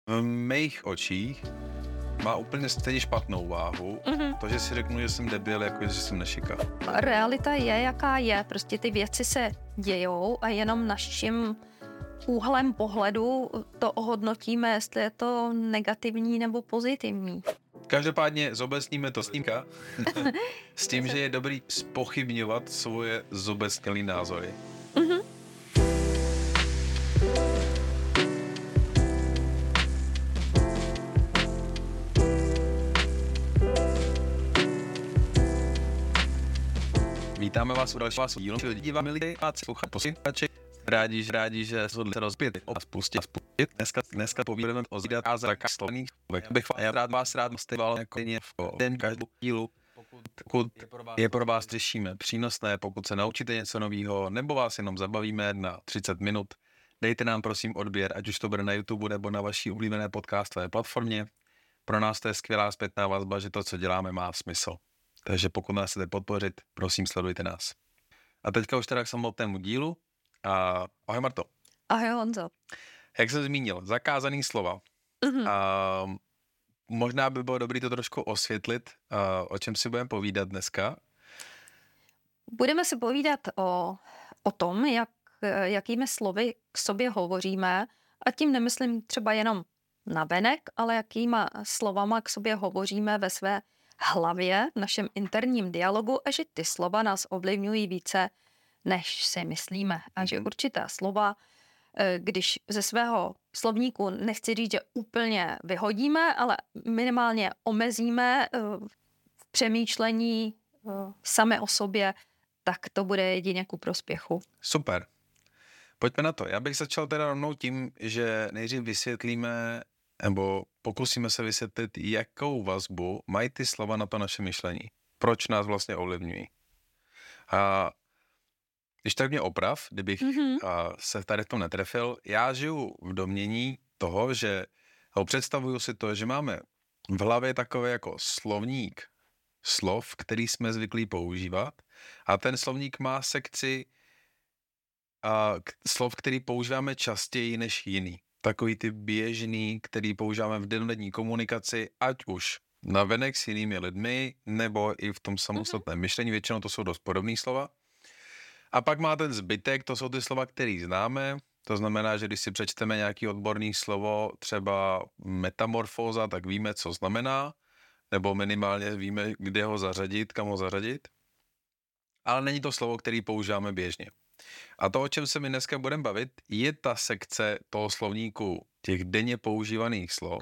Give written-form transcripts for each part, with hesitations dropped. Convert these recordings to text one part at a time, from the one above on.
V mých očích má úplně stejně špatnou váhu. To, že si řeknu, že jsem debil, jako že jsem nešika. Realita je, jaká je. Prostě ty věci se dějou a jenom naším úhlem pohledu to ohodnotíme, jestli je to negativní nebo pozitivní. Každopádně zobecníme to snímka s tím, že je dobrý zpochybňovat svoje zobecnělý názory. Vítáme vás u dalšího dílu. Díváme lidi a posluchači. Rádi, že se rozpět a spustit. Dneska povídáme o zídat a zrakách slovných slovech. Já vás rád mostivoval jako v den každou dílu. Pokud je pro vás řešíme přínosné, pokud se naučíte něco nového, nebo vás jenom zabavíme na 30 minut, dejte nám prosím odběr, ať už to bude na YouTube nebo na vaší oblíbené podcastové platformě. Pro nás to je skvělá zpětná vazba, že to, co děláme, má smysl. Takže pokud nás chcete podpořit, prosím, sledujte nás. A teďka už teda k samotnému dílu. Ahoj Marto. Ahoj Honzo. Jak jsem zmínil, zakázaný slova. Možná by bylo dobré to trošku osvětlit, o čem si budeme povídat dneska. Budeme si povídat o tom, jakými slovy k sobě hovoříme, a tím nemyslím třeba jenom navenek, ale jakýma slovama k sobě hovoříme ve své hlavě, v našem interním dialogu, a že ty slova nás ovlivňují více, než si myslíme. A že určitá slova, když ze svého slovníku, nechci říct, že úplně vyhodíme, ale minimálně omezíme v přemýšlení sami o sobě, tak to bude jedině ku prospěchu. Super. Pojďme na to. Já bych začal teda rovnou tím, že nejdřív vysvětlíme, nebo pokusíme se vysvětlit, jakou vazbu mají ty slova na to naše myšlení. Proč nás vlastně ovlivňují. A když tak mě oprav, kdybych se tady v tom netrefil, já žiju v domnění toho, že představuju si to, že máme v hlavě takové jako slovník slov, který jsme zvyklí používat, a ten slovník má sekci slov, který používáme častěji než jiný. Takový ty běžný, který používáme v dennodenní komunikaci, ať už navenek s jinými lidmi, nebo i v tom samostatném myšlení. Většinou to jsou dost podobné slova. A pak má ten zbytek, to jsou ty slova, které známe. To znamená, že když si přečteme nějaký odborný slovo, třeba metamorfóza, tak víme, co znamená, nebo minimálně víme, kde ho zařadit, kam ho zařadit. Ale není to slovo, který používáme běžně. A to, o čem se my dneska budeme bavit, je ta sekce toho slovníku těch denně používaných slov.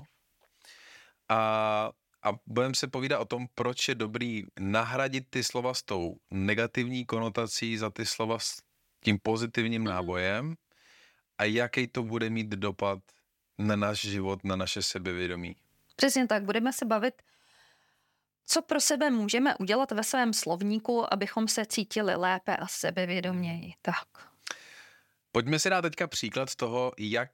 A budeme se povídat o tom, proč je dobrý nahradit ty slova s tou negativní konotací za ty slova s tím pozitivním nábojem a jaký to bude mít dopad na náš život, na naše sebevědomí. Přesně tak, budeme se bavit, co pro sebe můžeme udělat ve svém slovníku, abychom se cítili lépe a sebevědoměji. Tak. Pojďme si dát teďka příklad z toho, jak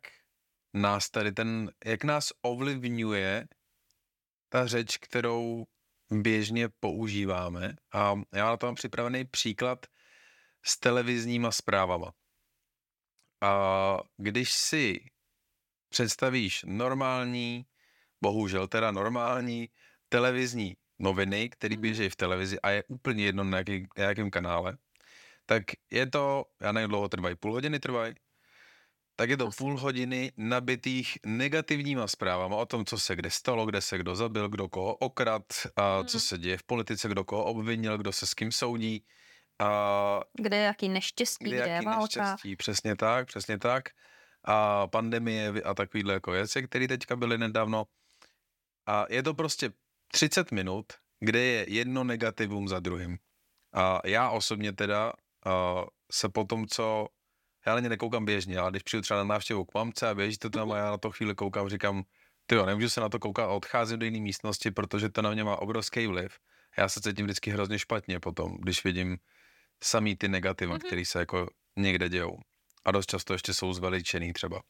nás ovlivňuje ta řeč, kterou běžně používáme. A já na to mám připravený příklad s televizníma zprávama. A když si představíš bohužel normální televizní noviny, které běží v televizi a je úplně jedno na jakém kanále, tak je to, já nevím, dlouho trvají, půl hodiny trvají, tak je to půl hodiny nabitých negativníma zprávama o tom, co se kde stalo, kde se kdo zabil, kdo koho okrad, a co se děje v politice, kdo koho obvinil, kdo se s kým soudí. Kde je jaký neštěstí, kde je válka. Přesně tak. A pandemie a takovýhle jako věci, které teďka byly nedávno. A je to prostě 30 minut, kde je jedno negativum za druhým. A já osobně teda se po tom, co já na ně nekoukám běžně, ale když přijdu třeba na návštěvu k mamce a běží to tam a já na to chvíli koukám, říkám, nemůžu se na to koukat a odcházím do jiné místnosti, protože to na mě má obrovský vliv. Já se cítím vždycky hrozně špatně potom, když vidím samý ty negativa, které se jako někde dějou. A dost často ještě jsou zveličený třeba.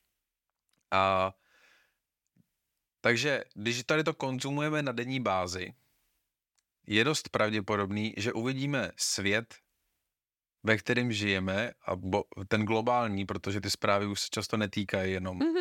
Takže když tady to konzumujeme na denní bázi, je dost pravděpodobný, že uvidíme svět, ve kterém žijeme, a ten globální, protože ty zprávy už se často netýkají jenom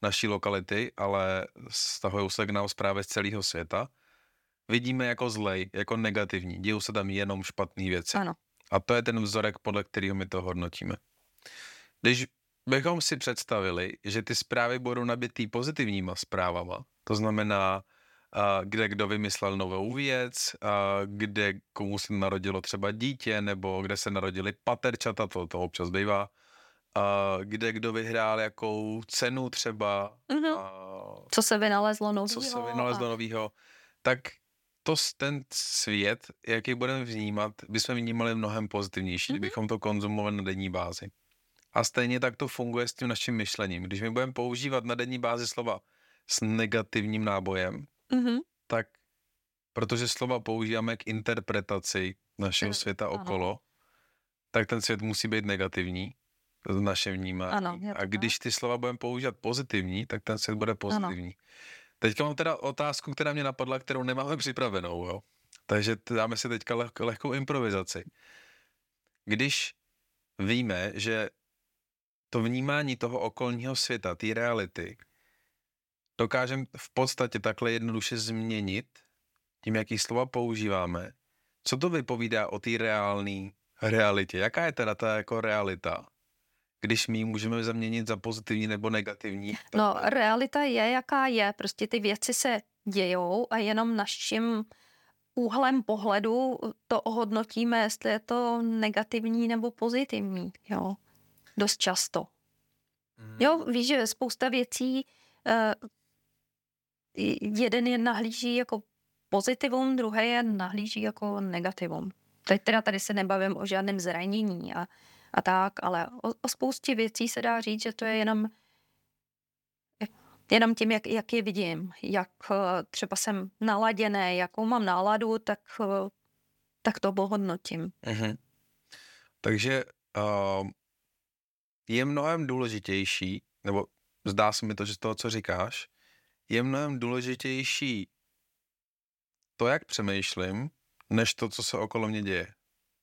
naší lokality, ale vztahují se k nám zprávy z celého světa, vidíme jako zlej, jako negativní. Dějou se tam jenom špatné věci. Ano. A to je ten vzorek, podle kterého my to hodnotíme. Když bychom si představili, že ty zprávy budou nabitý pozitivníma zprávama, to znamená, kde kdo vymyslel novou věc, kde komu se narodilo třeba dítě, nebo kde se narodili paterčata, to občas bývá, kde kdo vyhrál jakou cenu třeba, Co se vynalezlo novýho, tak ten svět, jaký budeme vnímat, bychom vnímali mnohem pozitivnější, kdybychom to konzumovali na denní bázi. A stejně tak to funguje s tím naším myšlením. Když my budeme používat na denní bázi slova s negativním nábojem, tak protože slova používáme k interpretaci našeho světa okolo, tak ten svět musí být negativní v našem vnímání. Ano, a když ty slova budeme používat pozitivní, tak ten svět bude pozitivní. Ano. Teďka mám teda otázku, která mě napadla, kterou nemáme připravenou. Jo? Takže dáme si teďka lehkou improvizaci. Když víme, že to vnímání toho okolního světa, té reality, dokážeme v podstatě takhle jednoduše změnit tím, jaký slova používáme. Co to vypovídá o té realitě? Jaká je teda ta jako realita? Když my ji můžeme zaměnit za pozitivní nebo negativní? No, realita je, jaká je. Prostě ty věci se dějou a jenom naším úhlem pohledu to ohodnotíme, jestli je to negativní nebo pozitivní. Jo. Dost často. Jo, víš, že spousta věcí jeden je nahlíží jako pozitivum, druhý je nahlíží jako negativum. Teď teda tady se nebavím o žádném zranění a tak, ale o spoustě věcí se dá říct, že to je jenom tím, jak je vidím, jak třeba jsem naladěný, jakou mám náladu, tak to ohodnotím. Takže je mnohem důležitější, nebo zdá se mi to, že z toho, co říkáš, je mnohem důležitější to, jak přemýšlím, než to, co se okolo mě děje.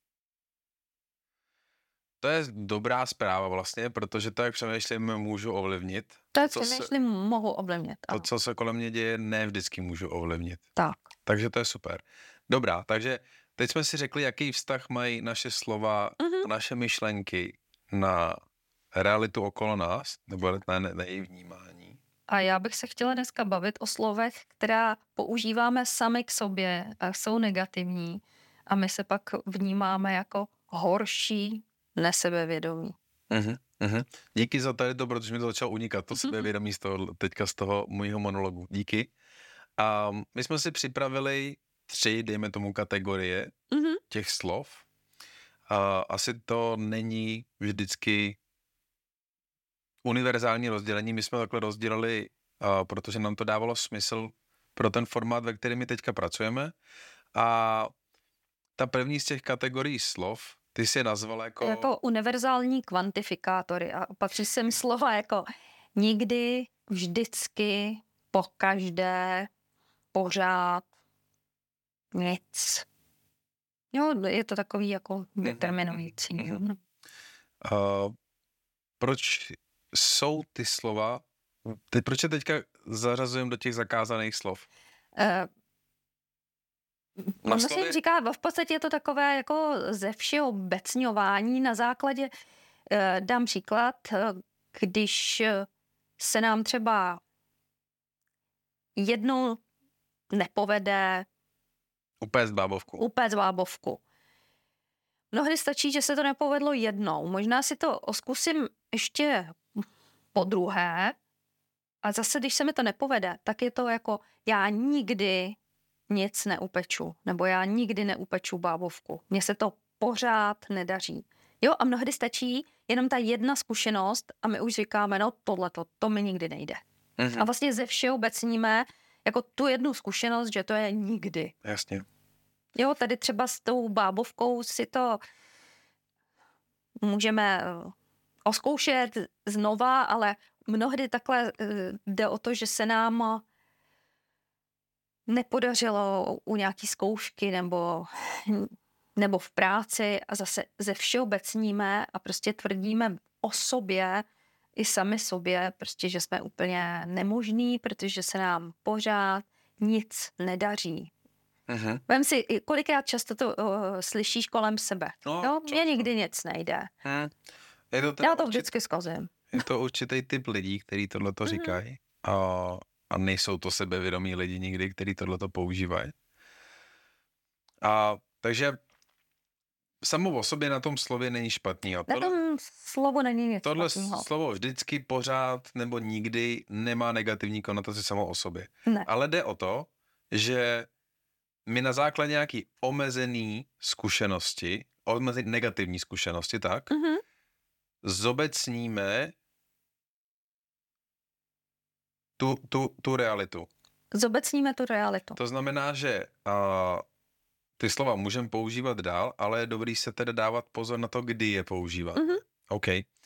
To je dobrá zpráva vlastně, protože to, jak přemýšlím, můžu ovlivnit. To, jak přemýšlím, mohu ovlivnit. To, co se kolem mě děje, ne vždycky můžu ovlivnit. Tak. Takže to je super. Dobrá, takže teď jsme si řekli, jaký vztah mají naše slova, naše myšlenky na realitu okolo nás, nebo na její vnímání. A já bych se chtěla dneska bavit o slovech, která používáme sami k sobě a jsou negativní a my se pak vnímáme jako horší, nesebevědomí. Díky za tady to, protože mi to začalo unikat, to sebevědomí teďka z toho můjho monologu. Díky. A my jsme si připravili 3, dejme tomu, kategorie těch slov. Asi to není vždycky univerzální rozdělení. My jsme takhle rozdělili, protože nám to dávalo smysl pro ten formát, ve kterém my teďka pracujeme. A ta první z těch kategorií slov, ty si je nazvala jako univerzální kvantifikátory a patří sem slova jako nikdy, vždycky, pokaždé, pořád, nic. Jo, je to takový jako determinující. Proč jsou ty slova, proč je teďka zařazujeme do těch zakázaných slov? Musím říkat, v podstatě je to takové jako ze všeobecňování na základě, dám příklad, když se nám třeba jednou nepovede upéct bábovku. Mnohdy stačí, že se to nepovedlo jednou. Možná si to zkusím ještě podruhé a zase, když se mi to nepovede, tak je to jako já nikdy nic neupeču, nebo já nikdy neupeču bábovku. Mně se to pořád nedaří. Jo, a mnohdy stačí jenom ta jedna zkušenost a my už říkáme, no tohleto, to mi nikdy nejde. A vlastně ze všeobecníme jako tu jednu zkušenost, že to je nikdy. Jasně. Jo, tady třeba s tou bábovkou si to můžeme oskoušet znova, ale mnohdy takhle jde o to, že se nám nepodařilo u nějaký zkoušky nebo v práci a zase ze všeobecníme a prostě tvrdíme o sobě i sami sobě, prostě, že jsme úplně nemožní, protože se nám pořád nic nedaří. Vem si, kolikrát často to slyšíš kolem sebe. No, Jo, často. mně nikdy nic nejde. Je to Já to vždycky zkazím. Je to určitý typ lidí, kteří tohleto říkají a nejsou to sebevědomí lidi nikdy, kteří tohleto používají. Takže samo o sobě na tom slově není špatný. Na tom slovu není nic tohle špatného. slovo vždycky, pořád nebo nikdy nemá negativní konotaci samo o sobě. Ne. Ale jde o to, že my na základě nějaký omezený zkušenosti, negativní zkušenosti, tak, zobecníme tu realitu. Zobecníme tu realitu. To znamená, že ty slova můžeme používat dál, ale je dobrý se teda dávat pozor na to, kdy je používat. OK.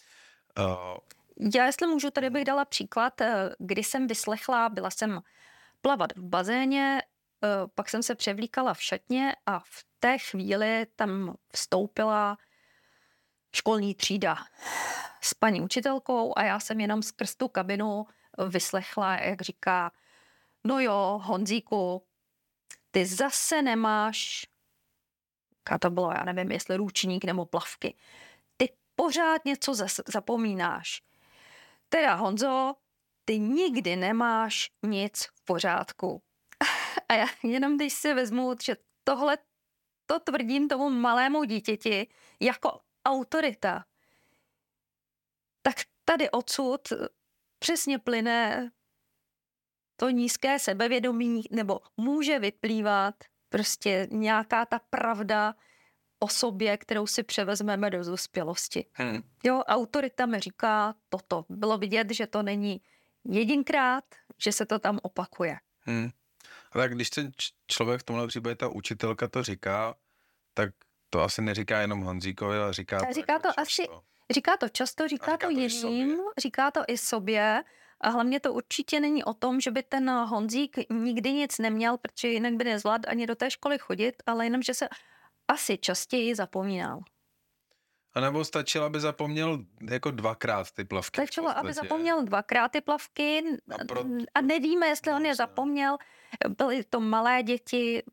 Já, jestli můžu, tady bych dala příklad, kdy jsem vyslechla, byla jsem plavat v bazéně, pak jsem se převlíkala v šatně a v té chvíli tam vstoupila školní třída s paní učitelkou a já jsem jenom skrz tu kabinu vyslechla, jak říká, no jo, Honzíku, ty zase nemáš, a to bylo, já nevím, jestli ručník nebo plavky, ty pořád něco zapomínáš. Teda Honzo, ty nikdy nemáš nic v pořádku. A já jenom když si vezmu, že tohle to tvrdím tomu malému dítěti jako autorita, tak tady odsud přesně plyne to nízké sebevědomí, nebo může vyplývat prostě nějaká ta pravda o sobě, kterou si převezmeme do dospělosti. Jo, autorita mi říká toto. Bylo vidět, že to není jedinkrát, že se to tam opakuje. A tak když ten člověk, v tomhle případě ta učitelka to říká, tak to asi neříká jenom Honzíkovi, ale říká to to často. Říká to často, říká to jiným, říká to i sobě. A hlavně to určitě není o tom, že by ten Honzík nikdy nic neměl, protože jinak by nezvládl ani do té školy chodit, ale jenom, že se asi častěji zapomínal. A nebo stačilo, aby zapomněl jako 2krát ty plavky. Stačilo, aby zapomněl 2krát ty plavky a nevíme, jestli on je zapomněl. Byly to malé děti,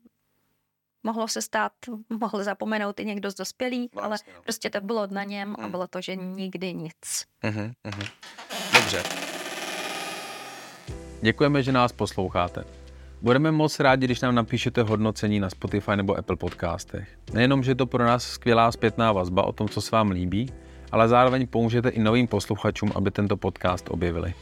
mohl zapomenout i někdo z dospělých, ale prostě to bylo na něm a bylo to, že nikdy nic. Dobře. Děkujeme, že nás posloucháte. Budeme moc rádi, když nám napíšete hodnocení na Spotify nebo Apple podcastech. Nejenom, že je to pro nás skvělá zpětná vazba o tom, co se vám líbí, ale zároveň pomůžete i novým posluchačům, aby tento podcast objevili.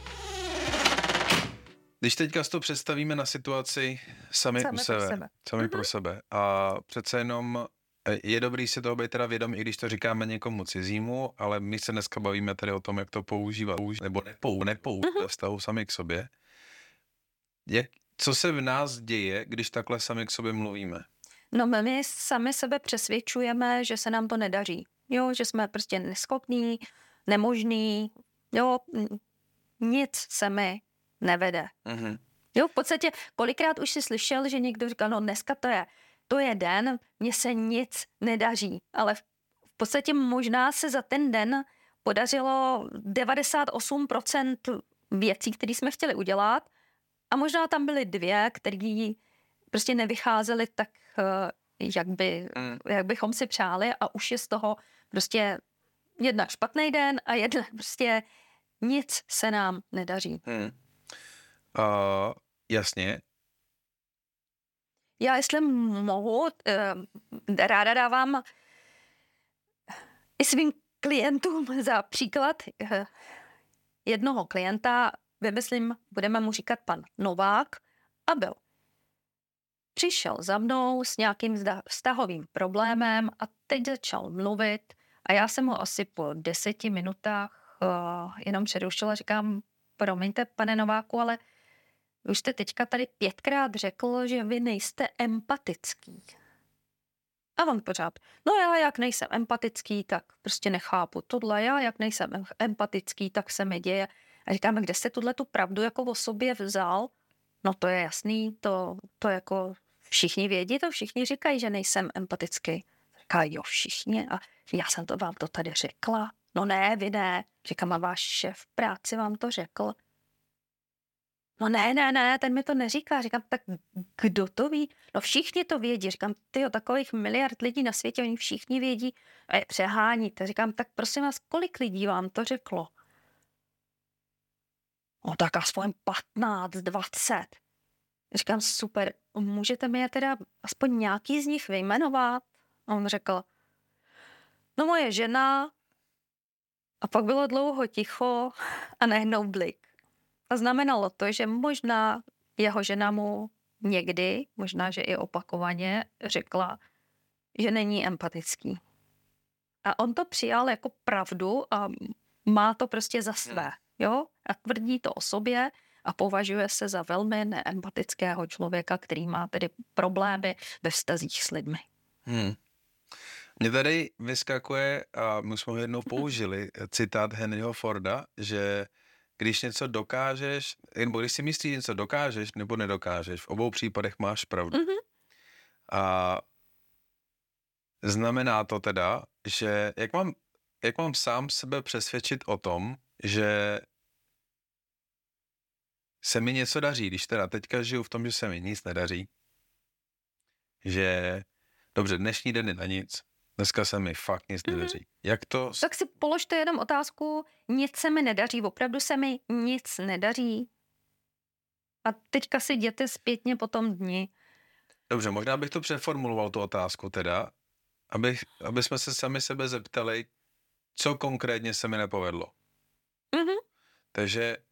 Když teďka to představíme na situaci sami pro sebe. A přece jenom je dobrý si toho být teda vědom, i když to říkáme někomu cizímu, ale my se dneska bavíme tady o tom, jak to používat, nebo nepoužívat ve vztahu sami k sobě. Co se v nás děje, když takhle sami k sobě mluvíme? No my sami sebe přesvědčujeme, že se nám to nedaří. Jo, že jsme prostě neschopní, nemožní. Jo, nic se mi nevede. Jo, v podstatě kolikrát už si slyšel, že někdo říkal, no dneska to je den, mně se nic nedaří. Ale v podstatě možná se za ten den podařilo 98% věcí, které jsme chtěli udělat, a možná tam byly 2, které prostě nevycházely tak, jak bychom si přáli, a už je z toho prostě jedna špatný den a jedna prostě nic se nám nedaří. Jasně. Já, jestli mohu, ráda dávám i svým klientům za příklad jednoho klienta, vymyslím, budeme mu říkat pan Novák, a přišel za mnou s nějakým vztahovým problémem a teď začal mluvit a já jsem ho asi po 10 minutách jenom přerušila, říkám, promiňte, pane Nováku, ale už jste teďka tady 5krát řekl, že vy nejste empatický. A on pořád, no já jak nejsem empatický, tak prostě nechápu tohle, já jak nejsem empatický, tak se mi děje. A říkáme, kde jste tu pravdu jako o sobě vzal? No to je jasný, to jako všichni vědí, to všichni říkají, že nejsem empatický. Říká, jo, všichni. A já jsem vám to tady řekla. No ne, vy ne. Říkám, a váš šéf v práci vám to řekl? No ne, ten mi to neříká. Říkám, tak kdo to ví? No všichni to vědí. Říkám, tyjo, takových miliard lidí na světě, oni všichni vědí a je přeháníte. Říkám, tak prosím vás, kolik lidí vám to řeklo? No tak aspoň 15, 20. Říkám, super, můžete mi je teda aspoň nějaký z nich vyjmenovat? A on řekl, no moje žena. A pak bylo dlouho ticho a najednou blik. A znamenalo to, že možná jeho žena mu někdy, možná, že i opakovaně, řekla, že není empatický. A on to přijal jako pravdu a má to prostě za své, jo? A tvrdí to o sobě a považuje se za velmi neempatického člověka, který má tedy problémy ve vztazích s lidmi. Mně tady vyskakuje, a my jsme ho jednou použili, citát Henryho Forda, že když něco dokážeš, nebo když si myslíš, že něco dokážeš nebo nedokážeš, v obou případech máš pravdu. A znamená to teda, že jak mám sám sebe přesvědčit o tom, že se mi něco daří, když teda teďka žiju v tom, že se mi nic nedaří, že dobře, dnešní den je na nic, dneska se mi fakt nic nedaří. Jak to... Tak si položte jenom otázku, nic se mi nedaří, opravdu se mi nic nedaří. A teďka si jděte zpětně po tom dni. Dobře, možná bych to přeformuloval, tu otázku teda, aby jsme se sami sebe zeptali, co konkrétně se mi nepovedlo. Takže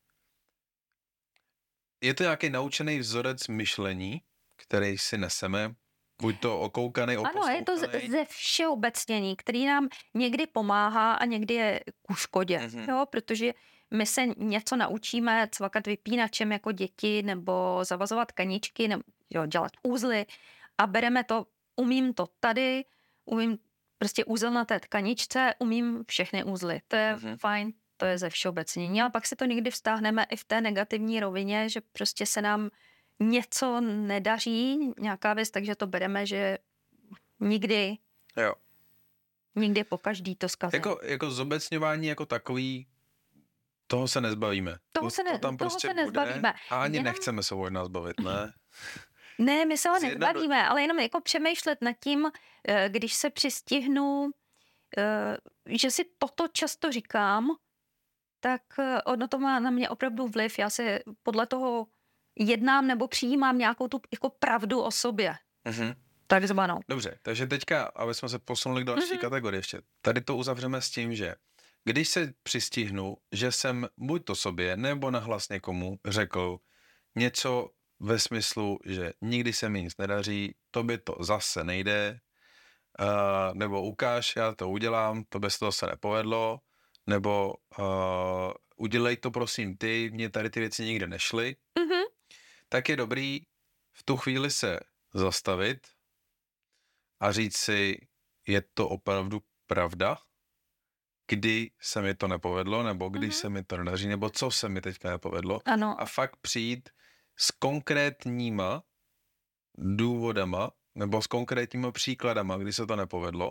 je to nějaký naučený vzorec myšlení, který si neseme, buď to okoukaný, Ano, je to ze všeobecnění, který nám někdy pomáhá a někdy je ku škodě, jo, protože my se něco naučíme cvakat vypínačem jako děti nebo zavazovat kaničky nebo dělat úzly a bereme to, umím to tady, umím prostě úzel na té tkaničce, umím všechny úzly, to je fajn, to je ze všeobecnění, ale pak si to někdy vztáhneme i v té negativní rovině, že prostě se nám něco nedaří, nějaká věc, takže to bereme, že nikdy, nikdy pokaždý to zkazí. Jako zobecňování jako takový, toho se nezbavíme. Toho se nezbavíme. A ani nechceme se od nás bavit, ne? Ne, my se ho nezbavíme, ale jenom jako přemýšlet nad tím, když se přistihnu, že si toto často říkám, tak ono to má na mě opravdu vliv. Já se podle toho jednám nebo přijímám nějakou tu jako pravdu o sobě. Takzvanou. Dobře, takže teďka, aby jsme se posunuli k další kategorii ještě. Tady to uzavřeme s tím, že když se přistihnu, že jsem buď to sobě nebo nahlas někomu řekl něco ve smyslu, že nikdy se mi nic nedaří, to by to zase nejde, nebo ukáž, já to udělám, to by se to zase nepovedlo, nebo udělej to prosím ty, mně tady ty věci nikde nešly, tak je dobrý v tu chvíli se zastavit a říct si, je to opravdu pravda, kdy se mi to nepovedlo, nebo když se mi to nedaří, nebo co se mi teďka nepovedlo. Ano. A fakt přijít s konkrétníma důvodama, nebo s konkrétníma příkladama, kdy se to nepovedlo.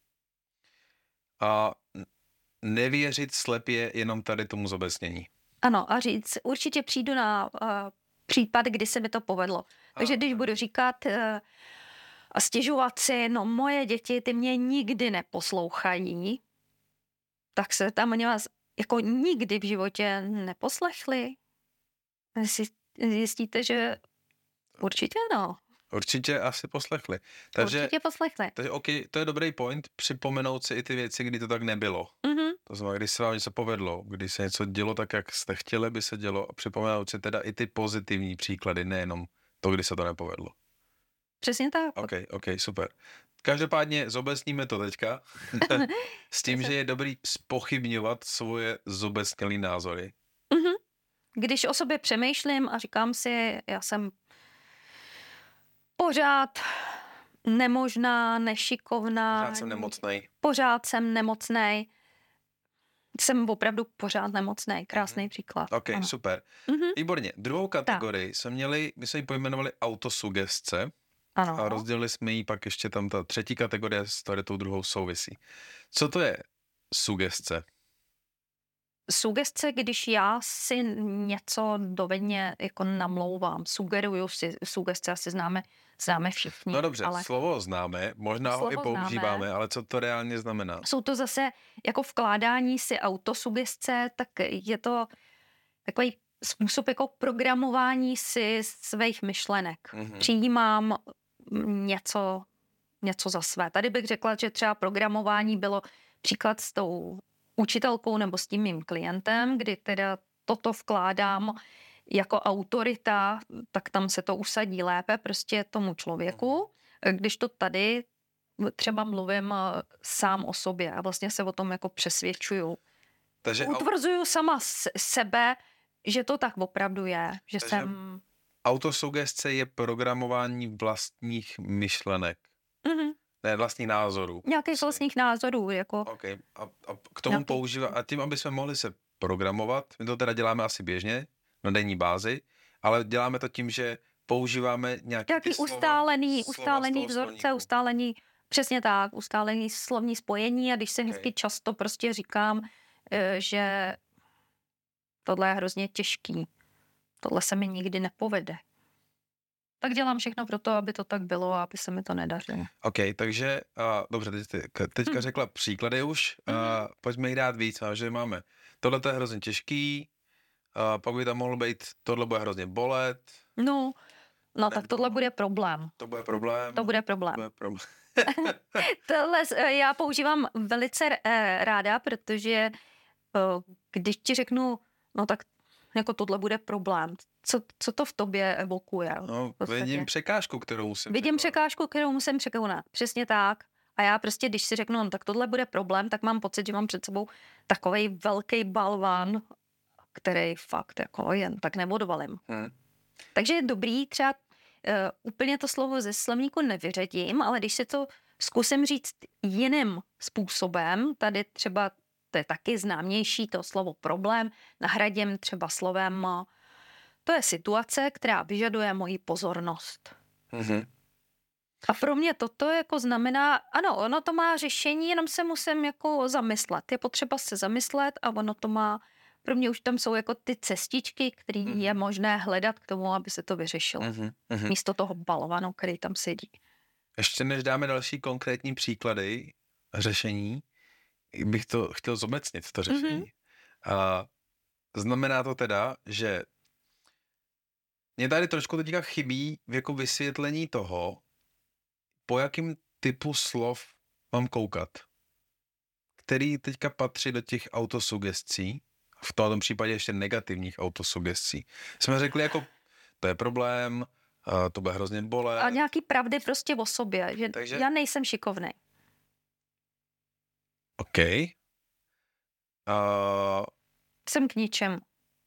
A nevěřit slepě jenom tady tomu zobecnění. Ano, a říct, určitě přijdu na případ, kdy se mi to povedlo. Takže když budu říkat a stěžovat si, no moje děti, ty mě nikdy neposlouchají, tak se tam oni vás jako nikdy v životě neposlechli. Zjistíte, že určitě no. Určitě asi poslechli. Určitě poslechli. Takže OK, to je dobrý point, připomenout si i ty věci, kdy to tak nebylo. To znamená, když se vám něco povedlo, když se něco dělo tak, jak jste chtěli, by se dělo, a připomenout si teda i ty pozitivní příklady, nejenom to, kdy se to nepovedlo. Přesně tak. OK, super. Každopádně zobecníme to teďka s tím, že je dobrý zpochybňovat svoje zobecnělý názory. Když o sobě přemýšlím a říkám si, já jsem pořád nemožná, nešikovná. Pořád jsem nemocnej. Jsem opravdu pořád nemocnej. Krásný příklad. OK, ano. Super. Výborně. Druhou kategorii my jsme ji pojmenovali autosugestce. Ano. A rozdělili jsme ji, pak ještě tam ta třetí kategorie s tou druhou souvisí. Co to je? sugestce? Sugestce, když já si něco dovedně jako namlouvám, sugeruju si, sugestce asi známe všichni. No dobře, ale slovo známe, možná ho i slovo používáme, známe. ale co to reálně znamená? Jsou to zase jako vkládání si autosugestce, tak je to takový způsob jako programování si svých myšlenek. Přijímám něco za své. Tady bych řekla, že třeba programování bylo příklad s tou učitelkou nebo s tím mým klientem, kdy teda toto vkládám jako autorita, tak tam se to usadí lépe prostě tomu člověku, když to tady třeba mluvím sám o sobě a vlastně se o tom jako přesvědčuju. Takže Utvrzuju sama sebe, že to tak opravdu je, že Takže jsem... autosugestce je programování vlastních myšlenek. Ne, vlastních názorů. Nějakých vlastních názorů, jako... Okay. A k tomu používá, a tím, aby jsme mohli se programovat, my to teda děláme asi běžně, na denní bázi, ale děláme to tím, že používáme nějaký ustálený vzorce, přesně tak, ustálený slovní spojení a když se hezky často prostě říkám, že tohle je hrozně těžký, tohle se mi nikdy nepovede. Tak dělám všechno pro to, aby to tak bylo a aby se mi to nedařilo. OK, takže dobře, teďka řekla příklady už, pojďme jich dát víc, že máme, tohle to je hrozně těžký, pak by tam mohlo být, tohle bude hrozně bolet. No tak tohle bude problém. To bude problém. Tohle já používám velice ráda, protože když ti řeknu, no tak jako tohle bude problém. Co to v tobě evokuje? No, vidím překážku, kterou musím překonat. Přesně tak. A já prostě, když si řeknu, no, tak tohle bude problém, tak mám pocit, že mám před sebou takovej velký balvan, který fakt jako jen tak neodvalím. Takže je dobrý třeba úplně to slovo ze slovníku nevyřadím, ale když si to zkusím říct jiným způsobem, tady třeba to je taky známější, to slovo problém, nahradím třeba slovem to je situace, která vyžaduje moji pozornost. A pro mě toto jako znamená, ano, ono to má řešení, jenom se musím jako zamyslet. Je potřeba se zamyslet a ono to má, pro mě už tam jsou jako ty cestičky, které je možné hledat k tomu, aby se to vyřešilo. Místo toho balvanu, který tam sedí. Ještě než dáme další konkrétní příklady řešení, bych to chtěl zobecnit, to řešení. A znamená to teda, že mě tady trošku teďka chybí jako vysvětlení toho, po jakým typu slov mám koukat, který teďka patří do těch autosugestcí, v tom případě ještě negativních autosugestcí. Jsme řekli jako, to je problém, to bude hrozně bolet. A nějaký pravdy prostě o sobě, že takže já nejsem šikovnej. OK. Jsem k ničemu.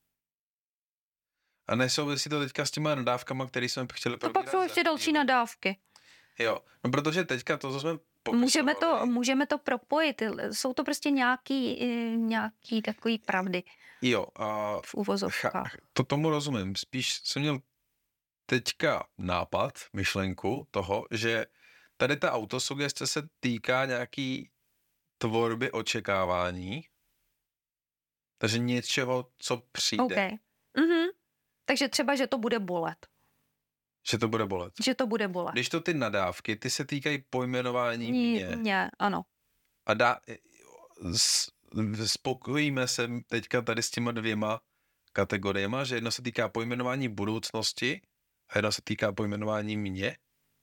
A nesouvisí to teďka s těma nadávkama, které jsme chtěli probírat? To pak jsou ještě další nadávky. Jo, no protože teďka to, co jsme popisovali... Můžeme to propojit. Jsou to prostě nějaký takový pravdy. Jo. V uvozovkách. To tomu rozumím. Spíš jsem měl teďka nápad, myšlenku toho, že tady ta autosugestce se týká nějaký tvorby očekávání, takže něčeho, co přijde. Okay. Takže třeba, že to bude bolet. Že to bude bolet. Že to bude bolet. Když to ty nadávky, ty se týkají pojmenování mě. Ano. A spokojíme se teďka tady s těma dvěma kategoriema, že jedno se týká pojmenování budoucnosti a jedno se týká pojmenování mě?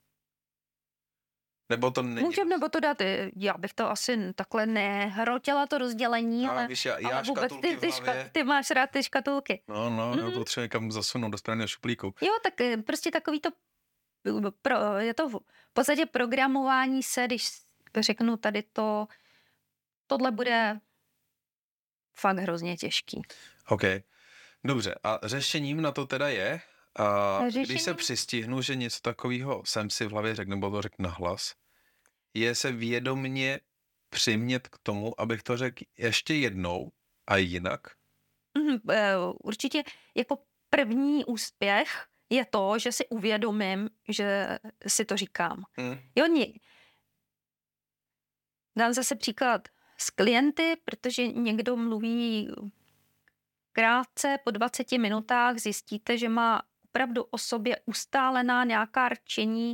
Nebo to není? Můžeme nebo to dát, já bych to asi takhle nehrotila to rozdělení, ale, víš, já ale vůbec ty máš rád ty škatulky. No, já to třeba někam zasunout do správného šuplíku. Jo, tak prostě takový to, je to v podstatě programování se, když řeknu tady tohle bude fakt hrozně těžký. OK, dobře, a řešením na to teda je, když se přistihnu, že něco takového jsem si v hlavě řekl, nebo to řekl nahlas, je se vědomně přimět k tomu, abych to řekl ještě jednou a jinak? Určitě jako první úspěch je to, že si uvědomím, že si to říkám. Jo, dám zase příklad s klienty, protože někdo mluví krátce, po 20 minutách zjistíte, že má opravdu o sobě ustálená nějaká rčení,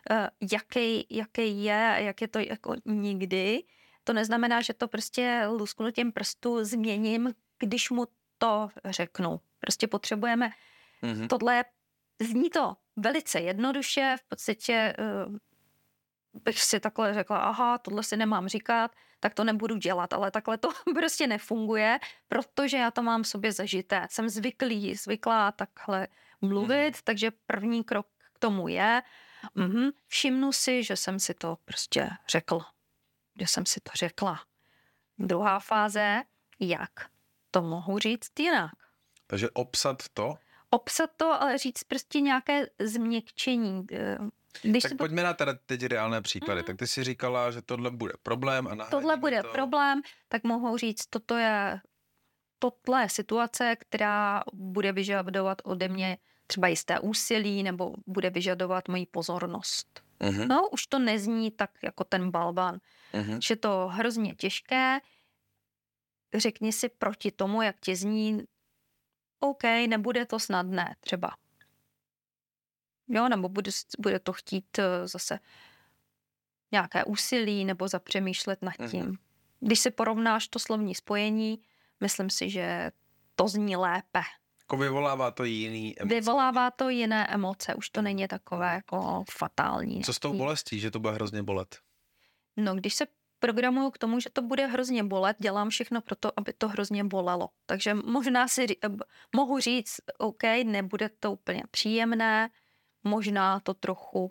jaký je, jak je to jako nikdy. To neznamená, že to prostě lusknutím prstu změním, když mu to řeknu. Prostě potřebujeme tohle, zní to velice jednoduše, v podstatě bych si takhle řekla, aha, tohle si nemám říkat, tak to nebudu dělat, ale takhle to prostě nefunguje, protože já to mám v sobě zažité. Jsem zvyklá takhle mluvit, takže první krok k tomu je, všimnu si, že jsem si to prostě řekl, že jsem si to řekla. Druhá fáze, jak to mohu říct jinak. Takže obsat to? Obsat to, ale říct prostě nějaké změkčení. Tak pojďme na teda teď reálné příklady. Tak ty si říkala, že tohle bude problém a tohle bude to. problém, tak mohu říct, tohle je situace, která bude vyžadovat ode mě třeba jisté úsilí nebo bude vyžadovat moji pozornost. No, už to nezní tak jako ten balban. Že je to hrozně těžké. Řekni si proti tomu, jak tě zní, OK, nebude to snadné třeba. Jo, nebo bude to chtít zase nějaké úsilí nebo zapřemýšlet nad tím. Když si porovnáš to slovní spojení, myslím si, že to zní lépe. Jako vyvolává to jiný emoce. Vyvolává to jiné emoce, už to není takové jako fatální. Co s tou bolestí, že to bude hrozně bolet? No, když se programuju k tomu, že to bude hrozně bolet, dělám všechno pro to, aby to hrozně bolelo. Takže možná si mohu říct, OK, nebude to úplně příjemné, možná to trochu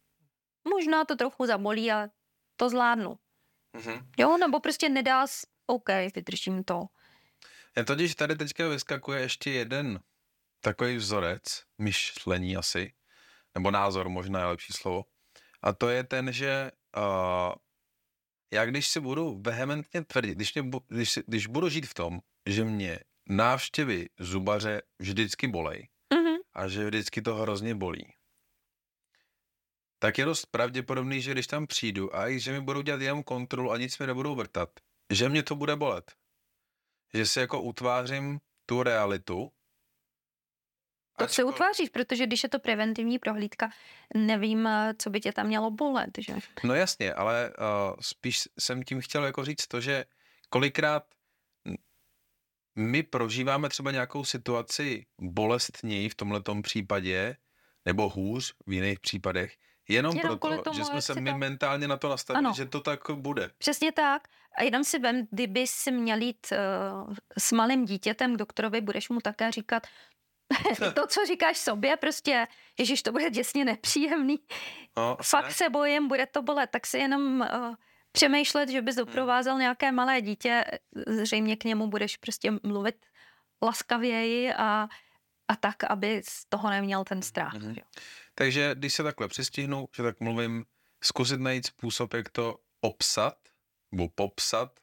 zabolí, ale to zvládnu. Jo, nebo prostě nedá, OK, vydržím to. Já totiž tady teďka vyskakuje ještě jeden takový vzorec, myšlení asi, nebo názor možná je lepší slovo. A to je ten, že já když si budu vehementně tvrdit, když budu žít v tom, že mě návštěvy zubaře vždycky bolej a že vždycky to hrozně bolí, tak je dost pravděpodobný, že když tam přijdu a i že mi budou dělat jenom kontrolu a nic mi nebudou vrtat, že mě to bude bolet. Že si jako utvářím tu realitu. To se utváříš, protože když je to preventivní prohlídka, nevím, co by tě tam mělo bolet, že? No jasně, ale spíš jsem tím chtěl jako říct to, že kolikrát my prožíváme třeba nějakou situaci bolestněji v tomhletom případě, nebo hůř v jiných případech, jenom proto, tomu, že jsme se my mentálně na to nastavili, že to tak bude. Přesně tak. A jenom si vem, kdyby si měl jít s malým dítětem k doktorovi, budeš mu také říkat to, co říkáš sobě, prostě, ježiš, to bude děsně nepříjemný. No, fakt se bojím, bude to bolet. Tak si jenom přemýšlet, že bys doprovázel nějaké malé dítě, zřejmě k němu budeš prostě mluvit laskavěji a tak, aby z toho neměl ten strach. Takže když se takhle přistihnu, že tak mluvím, zkusit najít způsob, jak to obsat, nebo popsat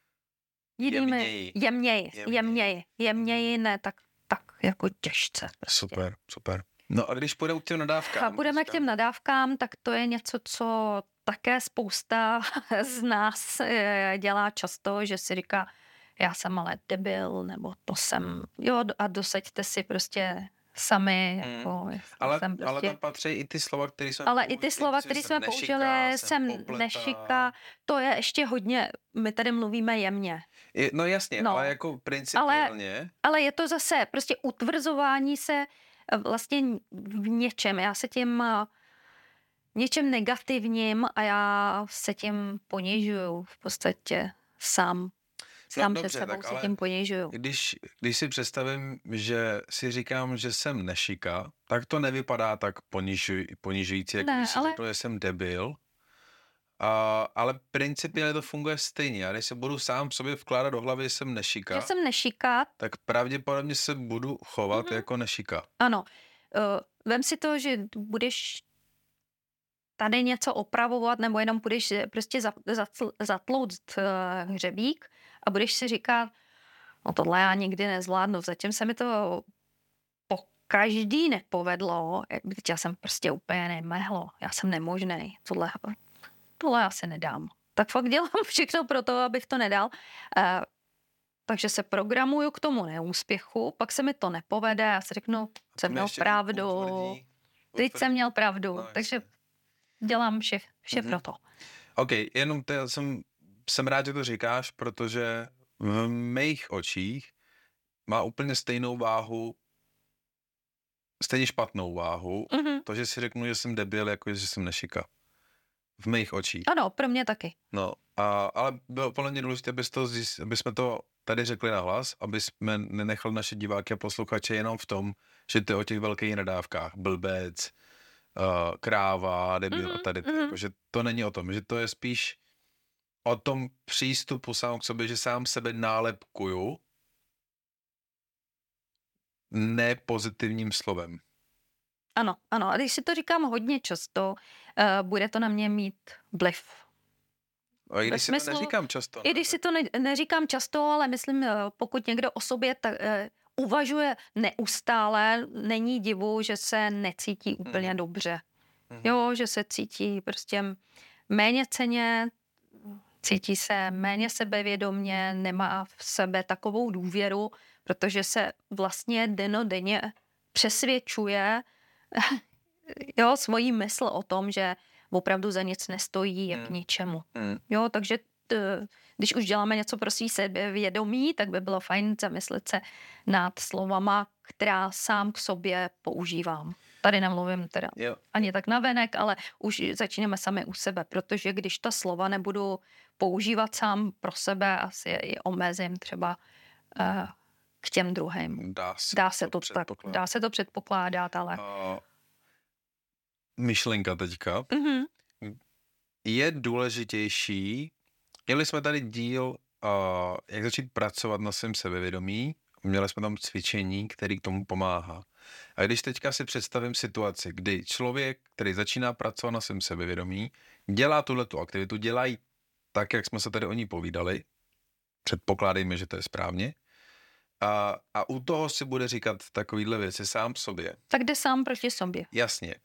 jemněji, ne tak jako těžce. Prostě. Super. No a když půjdeme k těm nadávkám? A půjdeme k těm nadávkám, tak to je něco, co také spousta z nás dělá často, že si říká, já jsem ale debil, nebo to jsem, jo, a dosaďte si prostě sami. Jako, ale tam patří i ty slova, které jsme použili. Ale i ty slova, které jsme použili, jsem nešika, to je ještě hodně, my tady mluvíme jemně. No jasně, ale jako principiálně. Ale je to zase prostě utvrzování se vlastně v něčem. Já se tím něčem negativním a já se tím ponižuju v podstatě sám. Sám před sebou se tím ponižuju. Když si představím, že si říkám, že jsem nešika, tak to nevypadá tak ponižující, jako když si řeknu, že jsem debil. Ale principiálně to funguje stejně. Já když se budu sám sobě vkládat do hlavy, že jsem nešika, tak pravděpodobně se budu chovat jako nešika. Ano. Vem si to, že budeš tady něco opravovat, nebo jenom budeš prostě zatlouct hřebík a budeš si říkat, no tohle já nikdy nezvládnu. Zatím se mi to po každý nepovedlo. Já jsem prostě úplně nemehlo. Já jsem nemožnej. Tohle já se nedám. tak fakt dělám všechno pro to, abych to nedal. Takže se programuju k tomu neúspěchu, pak se mi to nepovede a si řeknu, jsem měl pravdu, teď jsem měl pravdu, No, takže dělám vše pro to. OK, jenom jsem rád, že to říkáš, protože v mých očích má úplně stejnou váhu, stejně špatnou váhu, to, že si řeknu, že jsem debil, jako že jsem nešika. V mých očích. Ano, pro mě taky. No, ale bylo podle mě důležité, aby jsme to tady řekli nahlas, aby jsme nenechali naše diváky a posluchače jenom v tom, že to je o těch velkých nadávkách, blbec, kráva, debil a tady. Že to není o tom, že to je spíš o tom přístupu sám k sobě, že sám sebe nálepkuju nepozitivním slovem. Ano. A když si to říkám hodně často, bude to na mě mít vliv. A i když si to neříkám často. I když si to neříkám často, ale myslím, pokud někdo o sobě uvažuje neustále, není divu, že se necítí úplně dobře. Jo, že se cítí prostě méněcenně, cítí se méně sebevědomně, nemá v sebe takovou důvěru, protože se vlastně dennodenně přesvědčuje svoji mysl o tom, že opravdu za nic nestojí, jak ničemu. Jo, takže když už děláme něco pro svý sebevědomí, tak by bylo fajn zamyslet se nad slovama, která sám k sobě používám. Tady nemluvím teda ani tak navenek, ale už začínáme sami u sebe, protože když ta slova nebudu používat sám pro sebe, asi je omezím třeba k těm druhým. Dá se to předpokládat, ale... Myšlenka teďka. Je důležitější, měli jsme tady díl, jak začít pracovat na svém sebevědomí, měli jsme tam cvičení, který k tomu pomáhá. A když teďka si představím situaci, kdy člověk, který začíná pracovat na svém sebevědomí, dělá tuhletu aktivitu, dělají tak, jak jsme se tady o ní povídali, předpokládejme, že to je správně, a u toho si bude říkat takovýhle věci sám sobě. Tak jde sám proti sobě. Jasně.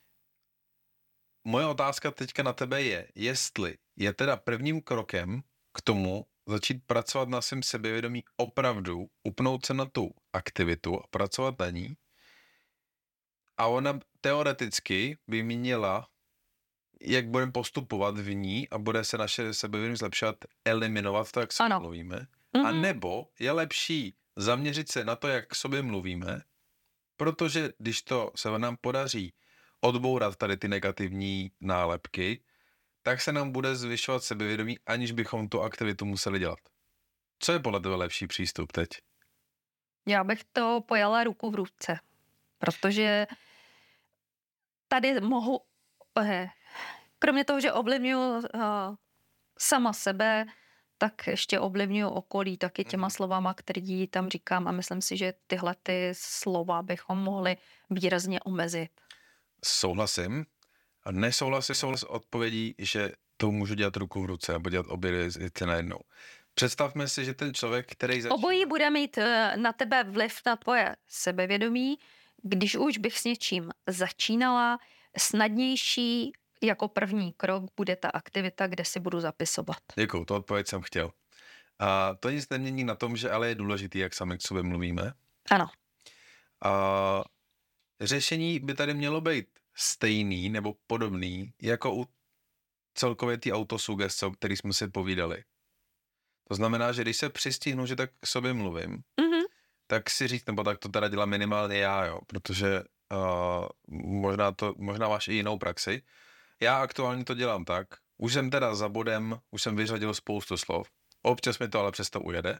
Moje otázka teďka na tebe je, jestli je teda prvním krokem k tomu začít pracovat na svém sebevědomí opravdu, upnout se na tu aktivitu a pracovat na ní. A ona teoreticky by měla, jak budeme postupovat v ní a bude se naše sebevědomí zlepšovat, eliminovat to, jak se mluvíme. A nebo je lepší zaměřit se na to, jak k sobě mluvíme, protože když to se nám podaří odbourat tady ty negativní nálepky, tak se nám bude zvyšovat sebevědomí, aniž bychom tu aktivitu museli dělat. Co je podle tebe lepší přístup teď? Já bych to pojala ruku v ruce, protože tady mohu, kromě toho, že ovlivňuji sama sebe, tak ještě ovlivňuji okolí taky těma slovama, který tam říkám, a myslím si, že tyhle ty slova bychom mohli výrazně omezit. Souhlasím. A nesouhlasím s odpovědí, že to můžu dělat ruku v ruce nebo dělat obě věci najednou. Představme si, že ten člověk, který začíná... Obojí bude mít na tebe vliv na tvoje sebevědomí. Když už bych s něčím začínala, snadnější jako první krok bude ta aktivita, kde si budu zapisovat. Děkuju, to odpověď jsem chtěl. A to nic nemění na tom, že ale je důležitý, jak sami k sobě mluvíme. Ano. A řešení by tady mělo být stejný nebo podobný jako u celkově té autosugestce, o který jsme si povídali. To znamená, že když se přistihnu, že tak k sobě mluvím, tak si říct, nebo tak to teda dělám minimálně já, jo, protože možná máš i jinou praxi. Já aktuálně to dělám tak, už jsem teda za bodem, už jsem vyřadil spoustu slov, občas mi to ale přesto ujede.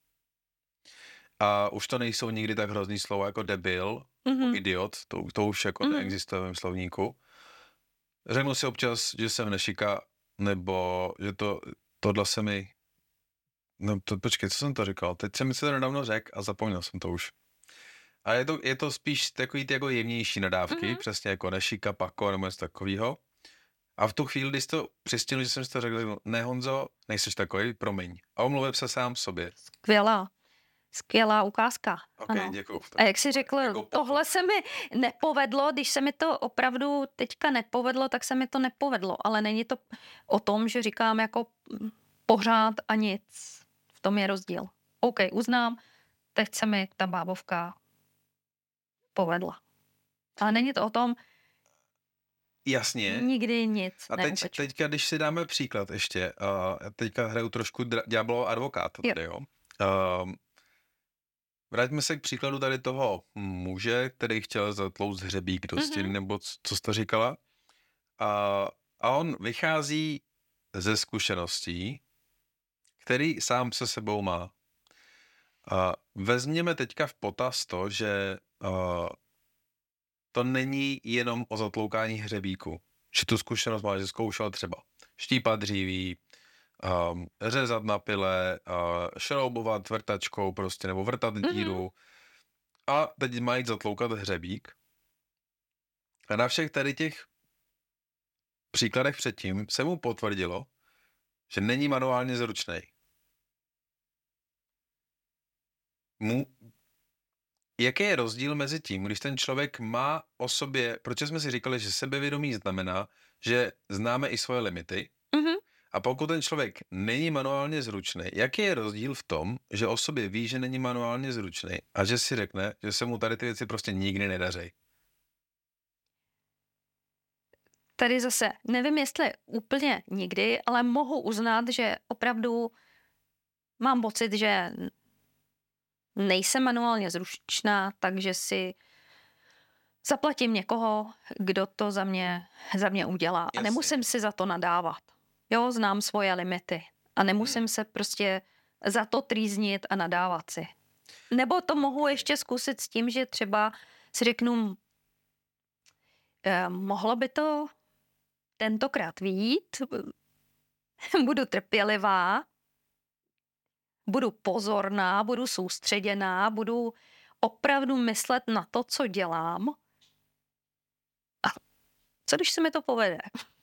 A už to nejsou nikdy tak hrozný slova jako debil, idiot, to už jako neexistuje v mém slovníku. Řeknu si občas, že jsem nešika, nebo že tohle se mi... No počkej, co jsem to říkal? Teď jsem mi se to nedávno řekl a zapomněl jsem to už. A je to spíš takový ty jako jemnější nadávky, přesně jako nešika, pako nebo něco takového. A v tu chvíli, když to přistihnu, že jsem si to řekl, ne Honzo, nejseš takový, promiň. A omluvím se sám sobě. Skvělá ukázka. OK, Ano. děkuju. A jak jsi řekl, Jako tohle se mi nepovedlo, když se mi to opravdu teďka nepovedlo, tak se mi to nepovedlo. Ale není to o tom, že říkám jako pořád a nic. V tom je rozdíl. OK, uznám, teď se mi ta bábovka povedla. Ale není to o tom, Jasně. nikdy nic A teďka, když si dáme příklad ještě, teďka hraju trošku ďáblovo advokáta tady, jo. Vraťme se k příkladu tady toho muže, který chtěl zatlouct hřebík do stěny, nebo co jsi to říkala. A on vychází ze zkušeností, který sám se sebou má. Vezměme teďka v potaz to, že to není jenom o zatloukání hřebíku. Že tu zkušenost má, že zkoušel třeba štípat dříví, řezat na pile, šroubovat vrtačkou prostě, nebo vrtat díru. A teď má jít zatloukat hřebík. A na všech tady těch příkladech předtím se mu potvrdilo, že není manuálně zručnej. Jaký je rozdíl mezi tím, když ten člověk má o sobě, proč jsme si říkali, že sebevědomí znamená, že známe i svoje limity, a pokud ten člověk není manuálně zručný, jaký je rozdíl v tom, že o sobě ví, že není manuálně zručný a že si řekne, že se mu tady ty věci prostě nikdy nedaří? Tady zase nevím, jestli úplně nikdy, ale mohu uznat, že opravdu mám pocit, že nejsem manuálně zručná, takže si zaplatím někoho, kdo to za mě udělá. Jasně. A nemusím si za to nadávat. Jo, znám svoje limity. A nemusím se prostě za to trýznit a nadávat si. Nebo to mohu ještě zkusit s tím, že třeba si řeknu, mohlo by to tentokrát vyjít, budu trpělivá, budu pozorná, budu soustředěná, budu opravdu myslet na to, co dělám. A co když se mi to povede?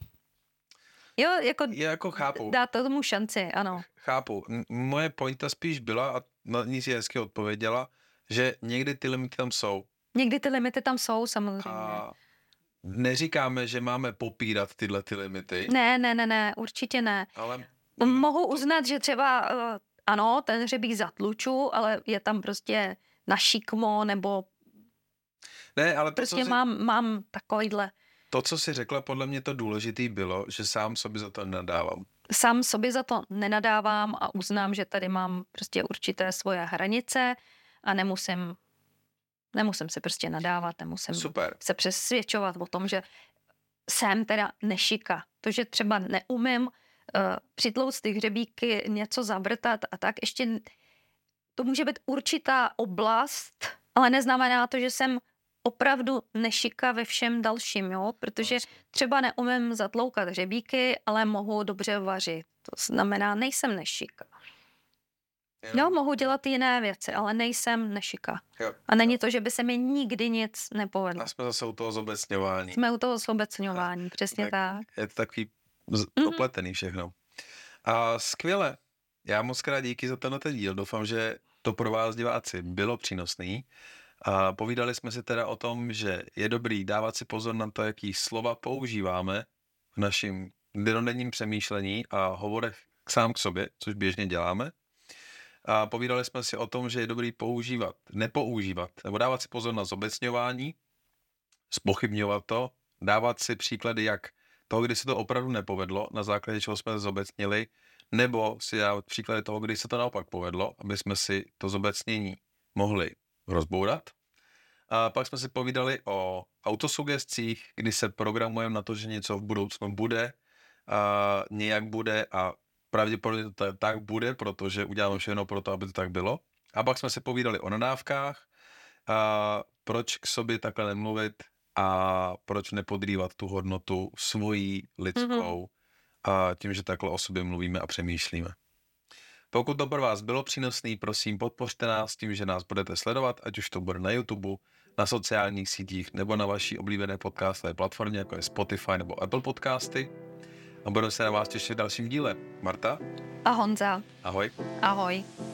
Jo, jako chápu. Dá to tomu šanci, ano. Chápu. Moje pointa spíš byla, a na ní si hezky odpověděla, že někdy ty limity tam jsou. Někdy ty limity tam jsou, samozřejmě. A neříkáme, že máme popírat tyhle ty limity. Ne, určitě ne. Ale mohu uznat, že třeba ano, ten hřebík zatluču, ale je tam prostě na šikmo, nebo ne, ale to, prostě mám takovýhle. To, co jsi řekla, podle mě to důležitý bylo, že sám sobě za to nenadávám. Sám sobě za to nenadávám a uznám, že tady mám prostě určité svoje hranice a nemusím se prostě nadávat, nemusím se přesvědčovat o tom, že jsem teda nešika. To, že třeba neumím přitlouct ty hřebíky, něco zavrtat a tak, ještě to může být určitá oblast, ale neznamená to, že jsem opravdu nešika ve všem dalším, jo? Protože třeba neumím zatloukat hřebíky, ale mohu dobře vařit. To znamená, nejsem nešika. Jo, mohu dělat jiné věci, ale nejsem nešika. Jo. A není to, že by se mi nikdy nic nepovedlo. A jsme zase u toho zobecňování. Jsme u toho zobecňování, přesně tak. Je to takový opletený všechno. A skvěle. Já moc krát díky za tenhle díl. Doufám, že to pro vás, diváci, bylo přínosný. A povídali jsme si teda o tom, že je dobrý dávat si pozor na to, jaký slova používáme v našem dennodenním přemýšlení a hovorech sám k sobě, což běžně děláme. A povídali jsme si o tom, že je dobrý nepoužívat, nebo dávat si pozor na zobecňování, zpochybňovat to, dávat si příklady, jak toho, kdy se to opravdu nepovedlo, na základě čeho jsme zobecnili, nebo si dávat příklady toho, kdy se to naopak povedlo, aby jsme si to zobecnění mohli rozbourat. A pak jsme si povídali o autosugestcích, kdy se programujeme na to, že něco v budoucnu bude, nějak bude a pravděpodobně to tak bude, protože uděláme všechno pro to, aby to tak bylo. A pak jsme si povídali o nadávkách, proč k sobě takhle nemluvit a proč nepodrývat tu hodnotu svojí lidskou a tím, že takhle o sobě mluvíme a přemýšlíme. Pokud to pro vás bylo přínosný, prosím, podpořte nás tím, že nás budete sledovat, ať už to bude na YouTube, na sociálních sítích nebo na vaší oblíbené podcastové platformě, jako je Spotify nebo Apple Podcasty. A budeme se na vás těšit v dalším díle. Marta? A Honza. Ahoj. Ahoj.